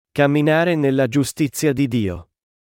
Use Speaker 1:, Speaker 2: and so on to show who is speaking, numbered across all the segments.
Speaker 1: Camminare nella giustizia di Dio.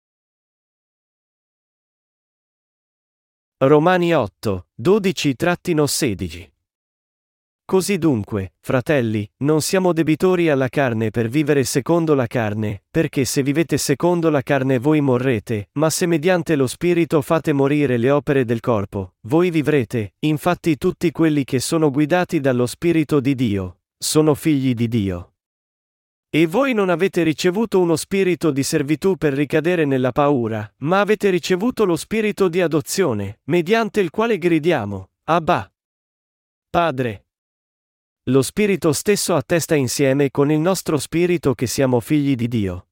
Speaker 1: Romani 8, 12-16. Così dunque, fratelli, non siamo debitori alla carne per vivere secondo la carne, perché se vivete secondo la carne voi morrete, ma se mediante lo Spirito fate morire le opere del corpo, voi vivrete. Infatti tutti quelli che sono guidati dallo Spirito di Dio, sono figli di Dio. E voi non avete ricevuto uno spirito di servitù per ricadere nella paura, ma avete ricevuto lo spirito di adozione, mediante il quale gridiamo, Abba, Padre. Lo Spirito stesso attesta insieme con il nostro spirito che siamo figli di Dio.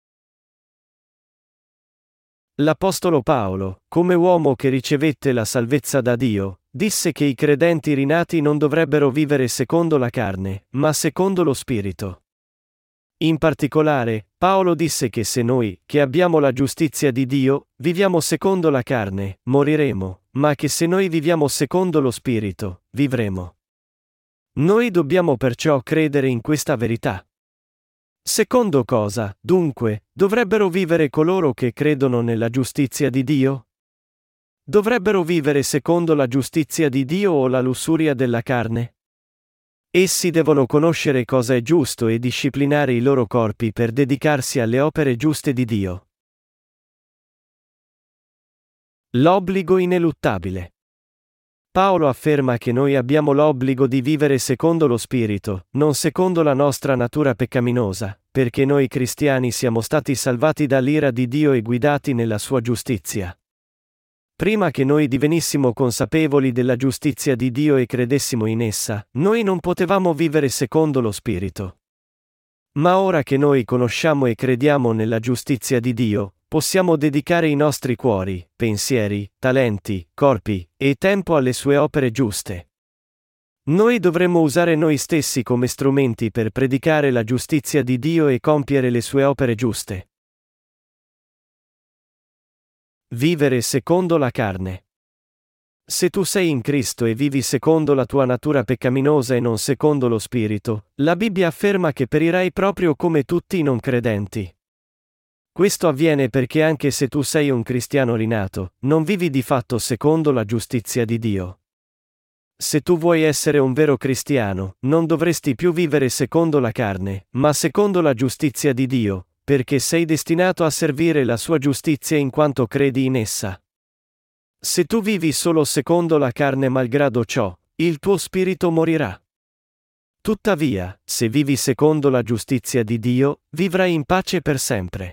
Speaker 1: L'Apostolo Paolo, come uomo che ricevette la salvezza da Dio, disse che i credenti rinati non dovrebbero vivere secondo la carne, ma secondo lo Spirito. In particolare, Paolo disse che se noi, che abbiamo la giustizia di Dio, viviamo secondo la carne, moriremo, ma che se noi viviamo secondo lo Spirito, vivremo. Noi dobbiamo perciò credere in questa verità. Secondo cosa, dunque, dovrebbero vivere coloro che credono nella giustizia di Dio? Dovrebbero vivere secondo la giustizia di Dio o la lussuria della carne? Essi devono conoscere cosa è giusto e disciplinare i loro corpi per dedicarsi alle opere giuste di Dio. L'obbligo ineluttabile. Paolo afferma che noi abbiamo l'obbligo di vivere secondo lo Spirito, non secondo la nostra natura peccaminosa, perché noi cristiani siamo stati salvati dall'ira di Dio e guidati nella sua giustizia. Prima che noi divenissimo consapevoli della giustizia di Dio e credessimo in essa, noi non potevamo vivere secondo lo Spirito. Ma ora che noi conosciamo e crediamo nella giustizia di Dio, possiamo dedicare i nostri cuori, pensieri, talenti, corpi e tempo alle sue opere giuste. Noi dovremmo usare noi stessi come strumenti per predicare la giustizia di Dio e compiere le sue opere giuste. Vivere secondo la carne. Se tu sei in Cristo e vivi secondo la tua natura peccaminosa e non secondo lo Spirito, la Bibbia afferma che perirai proprio come tutti i non credenti. Questo avviene perché anche se tu sei un cristiano rinato, non vivi di fatto secondo la giustizia di Dio. Se tu vuoi essere un vero cristiano, non dovresti più vivere secondo la carne, ma secondo la giustizia di Dio, perché sei destinato a servire la sua giustizia in quanto credi in essa. Se tu vivi solo secondo la carne malgrado ciò, il tuo spirito morirà. Tuttavia, se vivi secondo la giustizia di Dio, vivrai in pace per sempre.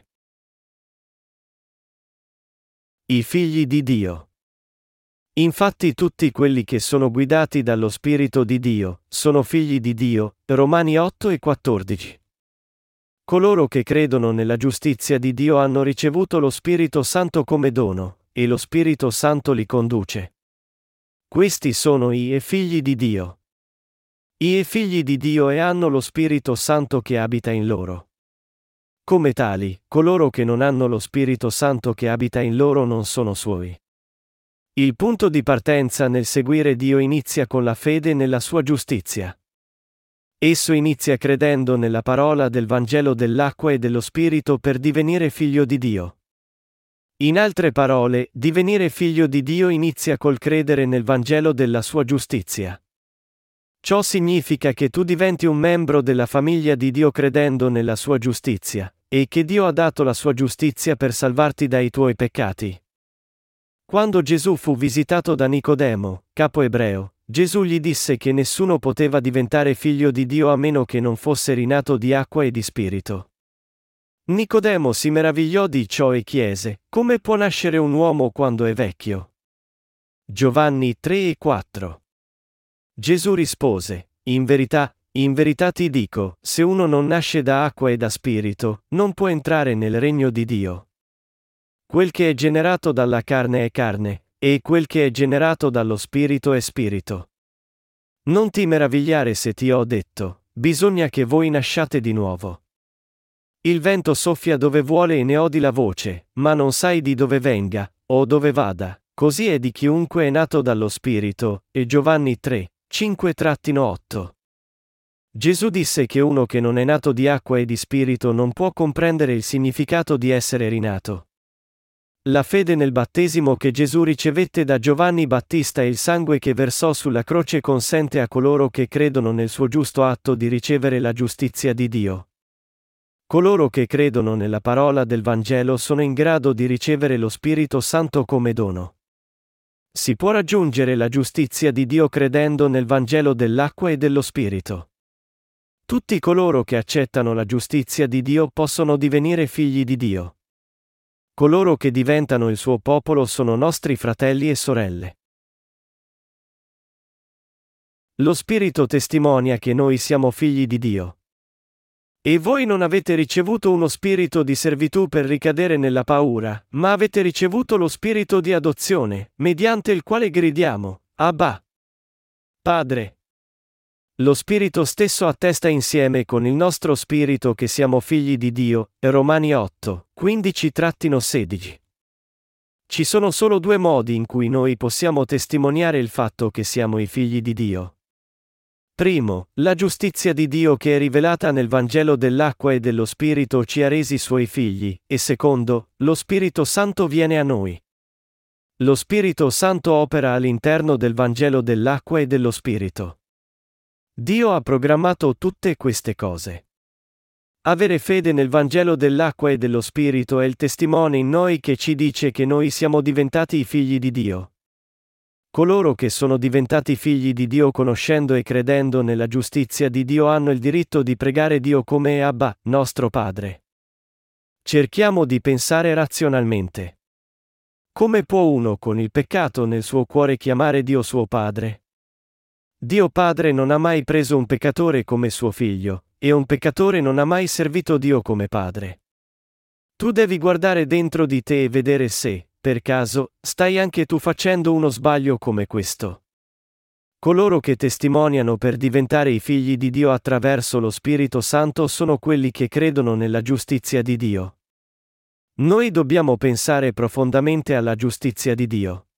Speaker 1: I figli di Dio. Infatti tutti quelli che sono guidati dallo Spirito di Dio, sono figli di Dio, Romani 8 e 14. Coloro che credono nella giustizia di Dio hanno ricevuto lo Spirito Santo come dono, e lo Spirito Santo li conduce. Questi sono i figli di Dio. I figli di Dio e hanno lo Spirito Santo che abita in loro. Come tali, coloro che non hanno lo Spirito Santo che abita in loro non sono suoi. Il punto di partenza nel seguire Dio inizia con la fede nella sua giustizia. Esso inizia credendo nella parola del Vangelo dell'acqua e dello Spirito per divenire figlio di Dio. In altre parole, divenire figlio di Dio inizia col credere nel Vangelo della sua giustizia. Ciò significa che tu diventi un membro della famiglia di Dio credendo nella sua giustizia, e che Dio ha dato la sua giustizia per salvarti dai tuoi peccati. Quando Gesù fu visitato da Nicodemo, capo ebreo, Gesù gli disse che nessuno poteva diventare figlio di Dio a meno che non fosse rinato di acqua e di spirito. Nicodemo si meravigliò di ciò e chiese: come può nascere un uomo quando è vecchio? Giovanni 3 e 4. Gesù rispose: in verità ti dico, se uno non nasce da acqua e da spirito, non può entrare nel regno di Dio. Quel che è generato dalla carne è carne, e quel che è generato dallo spirito è spirito. Non ti meravigliare se ti ho detto: bisogna che voi nasciate di nuovo. Il vento soffia dove vuole e ne odi la voce, ma non sai di dove venga, o dove vada. Così è di chiunque è nato dallo Spirito, e Giovanni 3, 5-8. Gesù disse che uno che non è nato di acqua e di spirito non può comprendere il significato di essere rinato. La fede nel battesimo che Gesù ricevette da Giovanni Battista e il sangue che versò sulla croce consente a coloro che credono nel suo giusto atto di ricevere la giustizia di Dio. Coloro che credono nella parola del Vangelo sono in grado di ricevere lo Spirito Santo come dono. Si può raggiungere la giustizia di Dio credendo nel Vangelo dell'acqua e dello Spirito. Tutti coloro che accettano la giustizia di Dio possono divenire figli di Dio. Coloro che diventano il suo popolo sono nostri fratelli e sorelle. Lo Spirito testimonia che noi siamo figli di Dio. E voi non avete ricevuto uno spirito di servitù per ricadere nella paura, ma avete ricevuto lo spirito di adozione, mediante il quale gridiamo, Abba, Padre. Lo Spirito stesso attesta insieme con il nostro spirito che siamo figli di Dio, Romani 8, 15-16. Ci sono solo due modi in cui noi possiamo testimoniare il fatto che siamo i figli di Dio. Primo, la giustizia di Dio che è rivelata nel Vangelo dell'acqua e dello Spirito ci ha resi suoi figli, e secondo, lo Spirito Santo viene a noi. Lo Spirito Santo opera all'interno del Vangelo dell'acqua e dello Spirito. Dio ha programmato tutte queste cose. Avere fede nel Vangelo dell'acqua e dello Spirito è il testimone in noi che ci dice che noi siamo diventati i figli di Dio. Coloro che sono diventati figli di Dio conoscendo e credendo nella giustizia di Dio hanno il diritto di pregare Dio come Abba, nostro Padre. Cerchiamo di pensare razionalmente. Come può uno con il peccato nel suo cuore chiamare Dio suo Padre? Dio Padre non ha mai preso un peccatore come suo figlio, e un peccatore non ha mai servito Dio come Padre. Tu devi guardare dentro di te e vedere se, per caso, stai anche tu facendo uno sbaglio come questo. Coloro che testimoniano per diventare i figli di Dio attraverso lo Spirito Santo sono quelli che credono nella giustizia di Dio. Noi dobbiamo pensare profondamente alla giustizia di Dio.